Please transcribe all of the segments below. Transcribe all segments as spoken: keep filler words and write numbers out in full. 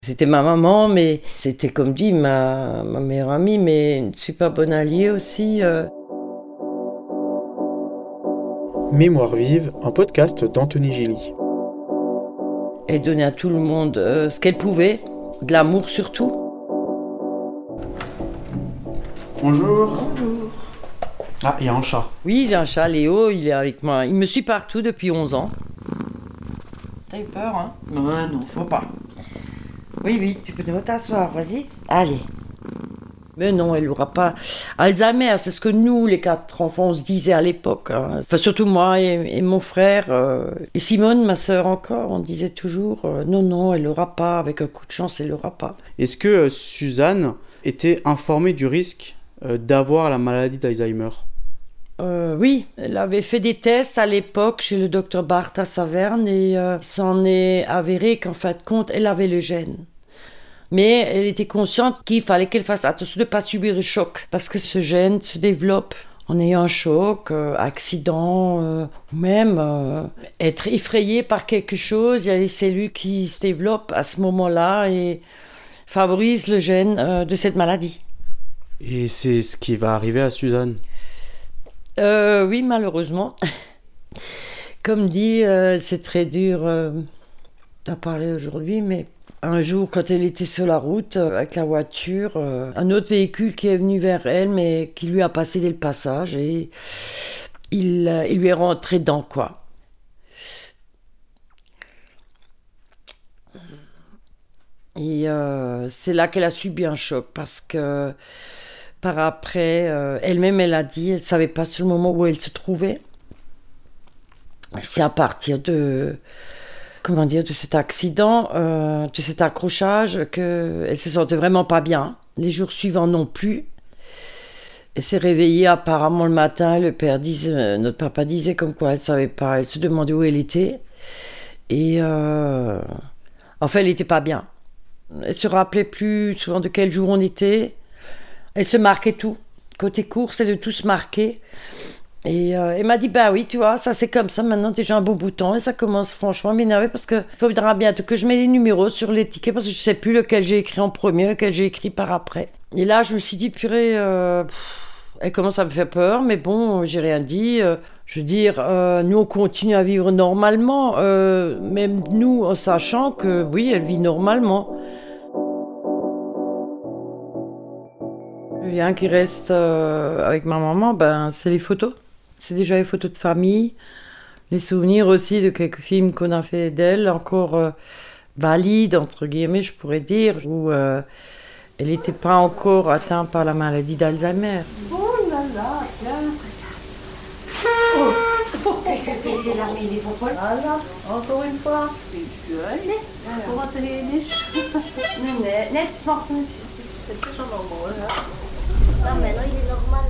C'était ma maman, mais c'était comme dit ma, ma meilleure amie, mais une super bonne alliée aussi. Euh. Mémoire vive, un podcast d'Anthony Gilly. Elle donnait à tout le monde euh, ce qu'elle pouvait, de l'amour surtout. Bonjour. Bonjour. Ah, il y a un chat. Oui, j'ai un chat, Léo, il est avec moi. Il me suit partout depuis onze ans. T'as eu peur, hein? Non, non, faut pas. Oui, oui, tu peux te t'asseoir, vas-y. Allez. Mais non, elle n'aura pas Alzheimer, c'est ce que nous, les quatre enfants, on se disait à l'époque. Hein. Enfin, surtout moi et, et mon frère. Euh, et Simone, ma sœur encore, on disait toujours, euh, non, non, elle n'aura pas, avec un coup de chance, elle n'aura pas. Est-ce que euh, Suzanne était informée du risque euh, d'avoir la maladie d'Alzheimer ? Euh, oui, elle avait fait des tests à l'époque chez le docteur Barthes à Saverne et euh, il s'en est avéré qu'en fin de compte, elle avait le gène. Mais elle était consciente qu'il fallait qu'elle fasse attention de ne pas subir de choc parce que ce gène se développe en ayant un choc, euh, accident, euh, ou même euh, être effrayé par quelque chose. Il y a des cellules qui se développent à ce moment-là et favorisent le gène euh, de cette maladie. Et c'est ce qui va arriver à Suzanne ? Euh, oui, malheureusement. Comme dit, euh, c'est très dur euh, à parler aujourd'hui, mais un jour, quand elle était sur la route euh, avec la voiture, euh, un autre véhicule qui est venu vers elle, mais qui lui a passé dès le passage et il, euh, il lui est rentré dedans, quoi. Et euh, c'est là qu'elle a subi un choc parce que par après, euh, elle-même, elle a dit, elle ne savait pas sur le moment où elle se trouvait. C'est à partir de, comment dire, de cet accident, euh, de cet accrochage, qu'elle se sentait vraiment pas bien. Les jours suivants non plus. Elle s'est réveillée apparemment le matin. Le père disait, notre papa disait comme quoi elle savait pas. Elle se demandait où elle était. Et euh, en fait, elle n'était pas bien. Elle se rappelait plus souvent de quel jour on était. Elle se marquait tout. Côté course, elle de tout se marquer. Et euh, elle m'a dit, bah oui, tu vois, ça c'est comme ça, maintenant déjà un bon bout de temps. Et ça commence franchement à m'énerver parce qu'il faudra bientôt que je mette les numéros sur les tickets parce que je sais plus lequel j'ai écrit en premier, lequel j'ai écrit par après. Et là, je me suis dit, purée, euh, pff, elle commence à me faire peur, mais bon, j'ai rien dit. Euh, je veux dire, euh, nous on continue à vivre normalement, euh, même nous en sachant que oui, elle vit normalement. Le lien qui reste euh, avec ma maman, ben, c'est les photos. C'est déjà les photos de famille, les souvenirs aussi de quelques films qu'on a fait d'elle, encore euh, valides, entre guillemets, je pourrais dire, où euh, elle n'était pas encore atteinte par la maladie d'Alzheimer. Oh là là, tiens. Oh, j'ai la mis les popoles. Voilà, encore une fois. Allez, comment te les niches? Net, net, c'est plus son moment, là. Non, mais là, il est normal.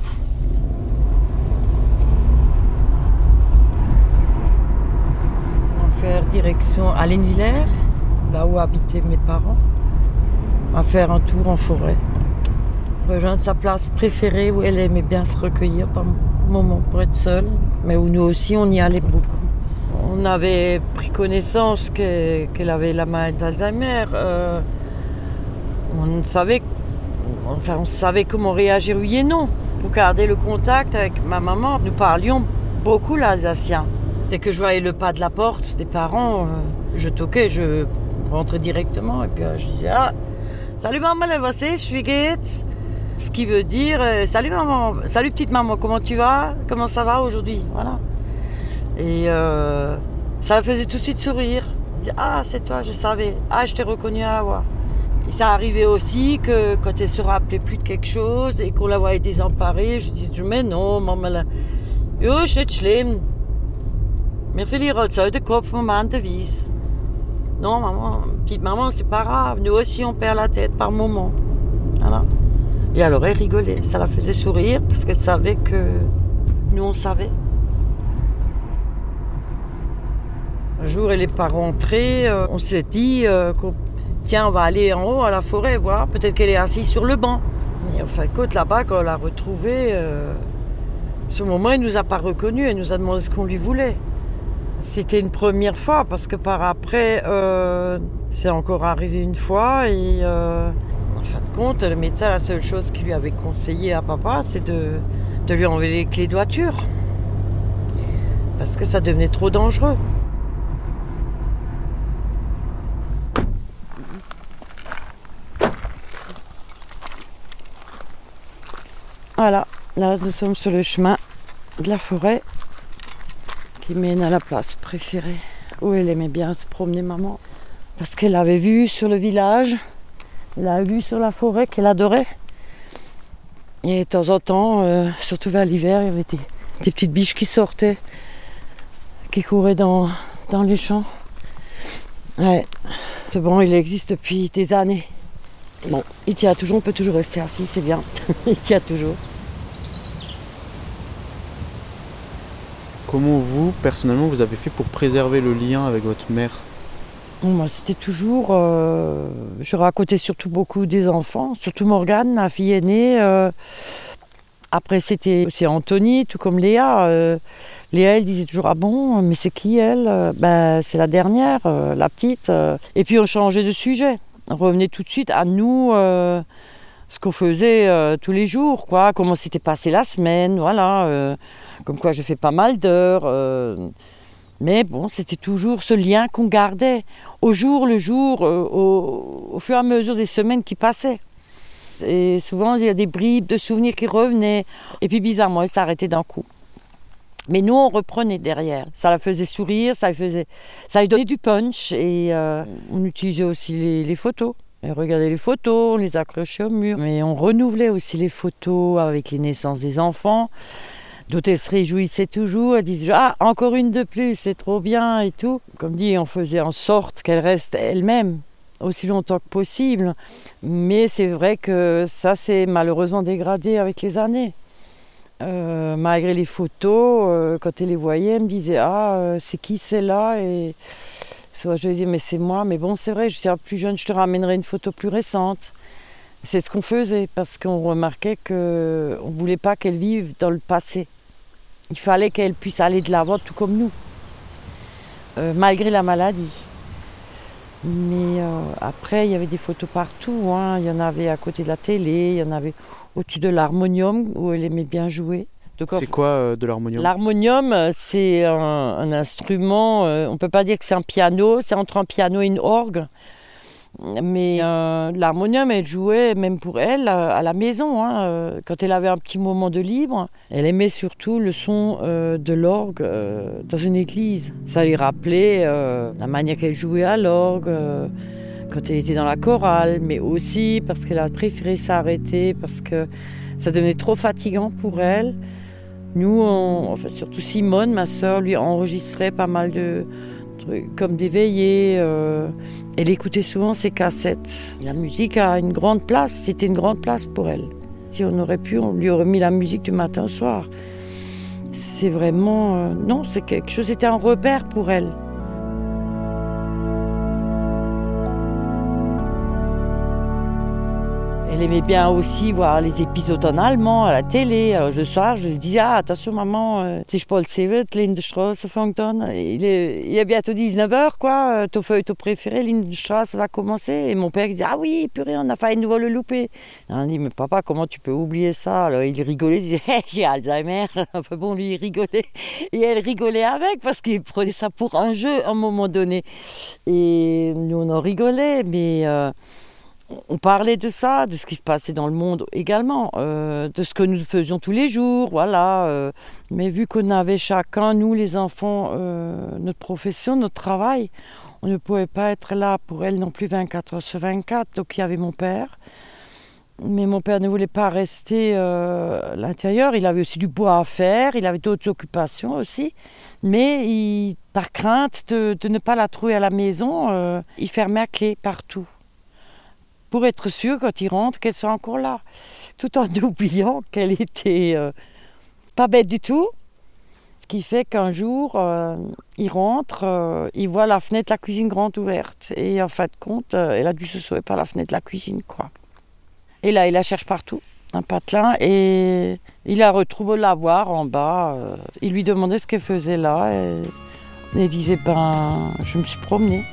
On va faire direction à Lenvillers, là où habitaient mes parents. On va faire un tour en forêt. Rejoindre sa place préférée où elle aimait bien se recueillir par moment pour être seule, mais où nous aussi on y allait beaucoup. On avait pris connaissance que, qu'elle avait la maladie d'Alzheimer. Euh, on savait Enfin, on savait comment réagir, oui et non. Pour garder le contact avec ma maman, nous parlions beaucoup l'alsacien. Dès que je voyais le pas de la porte des parents, euh, je toquais, je rentrais directement. Et puis euh, je disais, ah, salut maman, was ist, wie geht's? Ce qui veut dire, euh, salut maman, salut petite maman, comment tu vas? Comment ça va aujourd'hui? Voilà. Et euh, ça me faisait tout de suite sourire. Je disais, ah, c'est toi, je savais. Ah, je t'ai reconnu à la voix. Et ça arrivait aussi que quand elle se rappelait plus de quelque chose et qu'on la voyait désemparée, je disais, mais non, maman, ja, ist nicht schlimm. Mir verlieren halt so den Kopf momenterweise. Non, maman, petite maman, c'est pas grave. Nous aussi, on perd la tête par moment. Voilà. Et alors, elle rigolait. Ça la faisait sourire parce qu'elle savait que nous, on savait. Un jour, elle n'est pas rentrée. Euh, on s'est dit euh, qu'on tiens, on va aller en haut à la forêt, voir. Peut-être qu'elle est assise sur le banc. Et enfin, côte là-bas, quand on l'a retrouvée, euh, ce moment, elle ne nous a pas reconnus. Elle nous a demandé ce qu'on lui voulait. C'était une première fois parce que par après, euh, c'est encore arrivé une fois et euh, en fin de compte, le médecin, la seule chose qu'il lui avait conseillé à papa, c'est de, de lui enlever les clés de voiture parce que ça devenait trop dangereux. Voilà, là nous sommes sur le chemin de la forêt qui mène à la place préférée où elle aimait bien se promener, maman, parce qu'elle avait vu sur le village, elle avait vu sur la forêt qu'elle adorait. Et de temps en temps, euh, surtout vers l'hiver, il y avait des, des petites biches qui sortaient, qui couraient dans, dans les champs. Ouais, c'est bon, il existe depuis des années. Bon, il tient toujours, on peut toujours rester assis, c'est bien. Il tient toujours. Comment vous, personnellement, vous avez fait pour préserver le lien avec votre mère ? Moi, c'était toujours... Euh, je racontais surtout beaucoup des enfants, surtout Morgane, la fille aînée. Euh, après, c'était c'est Anthony, tout comme Léa. Euh, Léa, elle disait toujours « Ah bon, mais c'est qui elle ?» Ben, c'est la dernière, euh, la petite. Euh. Et puis, on changeait de sujet. On revenait tout de suite à nous, euh, ce qu'on faisait euh, tous les jours, quoi. Comment s'était passée la semaine, voilà. Euh, comme quoi, je fais pas mal d'heures. Euh, Mais bon, c'était toujours ce lien qu'on gardait au jour le jour, euh, au, au fur et à mesure des semaines qui passaient. Et souvent, il y a des bribes de souvenirs qui revenaient. Et puis bizarrement, ils s'arrêtaient d'un coup. Mais nous, on reprenait derrière. Ça la faisait sourire, ça lui, faisait, ça lui donnait du punch. Et euh, on utilisait aussi les, les photos. On regardait les photos, on les accrochait au mur. Mais on renouvelait aussi les photos avec les naissances des enfants. D'autres, elles se réjouissaient toujours, elles disaient « Ah, encore une de plus, c'est trop bien » et tout. Comme dit, on faisait en sorte qu'elle reste elle-même aussi longtemps que possible. Mais c'est vrai que ça s'est malheureusement dégradé avec les années. Euh, malgré les photos, euh, quand elle les voyait, elle me disait « Ah, euh, c'est qui celle-là » Et soit je lui disais « Mais c'est moi ». Mais bon, c'est vrai, je suis plus jeune, je te ramènerai une photo plus récente. C'est ce qu'on faisait, parce qu'on remarquait qu'on ne voulait pas qu'elle vive dans le passé. Il fallait qu'elle puisse aller de l'avant, tout comme nous, euh, malgré la maladie. Mais euh, après, il y avait des photos partout. Hein. Il y en avait à côté de la télé, il y en avait au-dessus de l'harmonium, où elle aimait bien jouer. Donc, c'est quoi euh, de l'harmonium ? L'harmonium, c'est un, un instrument, euh, on ne peut pas dire que c'est un piano, c'est entre un piano et une orgue. Mais euh, l'harmonium, elle jouait même pour elle à la maison, hein, quand elle avait un petit moment de libre. Elle aimait surtout le son euh, de l'orgue euh, dans une église. Ça lui rappelait euh, la manière qu'elle jouait à l'orgue euh, quand elle était dans la chorale, mais aussi parce qu'elle a préféré s'arrêter, parce que ça devenait trop fatigant pour elle. Nous, on, enfin, surtout Simone, ma sœur, lui enregistrait pas mal de... comme des veillées. Euh, elle écoutait souvent ses cassettes. La musique a une grande place, c'était une grande place pour elle. Si on aurait pu, on lui aurait mis la musique du matin au soir. C'est vraiment... Euh, non, c'est quelque chose, c'était un repère pour elle. Elle aimait bien aussi voir les épisodes en allemand à la télé. Alors le soir, je lui disais « Ah, attention maman, euh, c'est Paul Sevet, Lindenstraße fängt an. » Il est, il est bientôt dix-neuf heures, quoi. Ton feuilleton préféré, Lindenstraße, va commencer. Et mon père disait « Ah oui, purée, on a failli nous le louper. » On dit « Mais papa, comment tu peux oublier ça ?» Alors il rigolait, il disait hey, « J'ai Alzheimer. » Enfin bon, lui, il rigolait. Et elle rigolait avec parce qu'il prenait ça pour un jeu à un moment donné. Et nous, on en rigolait, mais... Euh, on parlait de ça, de ce qui se passait dans le monde également, euh, de ce que nous faisions tous les jours, voilà. Euh, mais vu qu'on avait chacun, nous les enfants, euh, notre profession, notre travail, on ne pouvait pas être là pour elle non plus vingt-quatre heures sur vingt-quatre. Donc il y avait mon père. Mais mon père ne voulait pas rester euh, à l'intérieur. Il avait aussi du bois à faire, il avait d'autres occupations aussi. Mais il, par crainte de, de ne pas la trouver à la maison, euh, il fermait à clé partout. Pour être sûr, quand il rentre, qu'elle soit encore là. Tout en oubliant qu'elle était euh, pas bête du tout. Ce qui fait qu'un jour, euh, il rentre, euh, il voit la fenêtre de la cuisine grande ouverte. Et en fin de compte, euh, elle a dû se sauver par la fenêtre de la cuisine, quoi. Et là, il la cherche partout, un patelin. Et il la retrouve au lavoir, en bas. Euh, il lui demandait ce qu'elle faisait là. Et Et il disait, ben, je me suis promenée.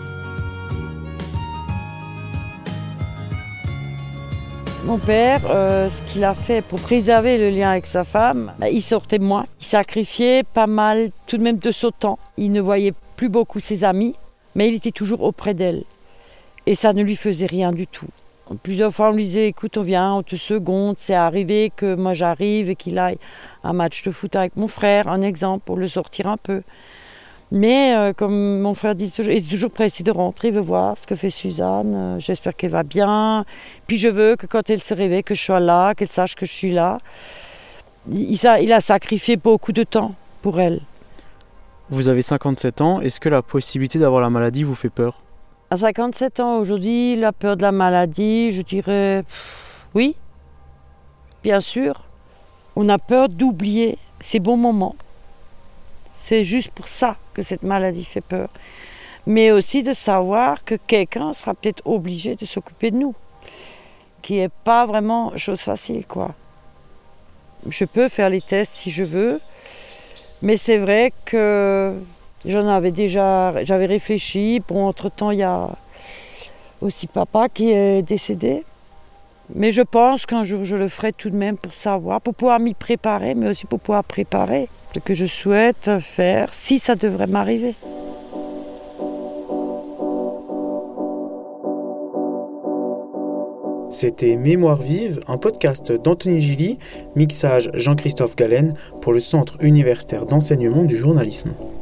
Mon père, euh, ce qu'il a fait pour préserver le lien avec sa femme, bah, il sortait moins. Il sacrifiait pas mal, tout de même de son temps. Il ne voyait plus beaucoup ses amis, mais il était toujours auprès d'elle. Et ça ne lui faisait rien du tout. Plusieurs fois, on lui disait, écoute, on vient, on te seconde. C'est arrivé que moi j'arrive et qu'il aille à un match de foot avec mon frère, un exemple, pour le sortir un peu. Mais euh, comme mon frère dit toujours, il est toujours pressé de rentrer, il veut voir ce que fait Suzanne, euh, j'espère qu'elle va bien. Puis je veux que quand elle se réveille, que je sois là, qu'elle sache que je suis là. Il, il, il a sacrifié beaucoup de temps pour elle. Vous avez cinquante-sept ans, est-ce que la possibilité d'avoir la maladie vous fait peur ? À cinquante-sept ans aujourd'hui, la peur de la maladie, je dirais pff, oui, bien sûr. On a peur d'oublier ces bons moments. C'est juste pour ça que cette maladie fait peur. Mais aussi de savoir que quelqu'un sera peut-être obligé de s'occuper de nous. Qui n'est pas vraiment chose facile, quoi. Je peux faire les tests si je veux. Mais c'est vrai que j'en avais déjà... J'avais réfléchi. Bon, entre-temps, il y a aussi papa qui est décédé. Mais je pense qu'un jour, je le ferai tout de même pour savoir, pour pouvoir m'y préparer, mais aussi pour pouvoir préparer ce que je souhaite faire, si ça devrait m'arriver. C'était Mémoire vive, un podcast d'Anthony Gilly, mixage Jean-Christophe Galen pour le Centre universitaire d'enseignement du journalisme.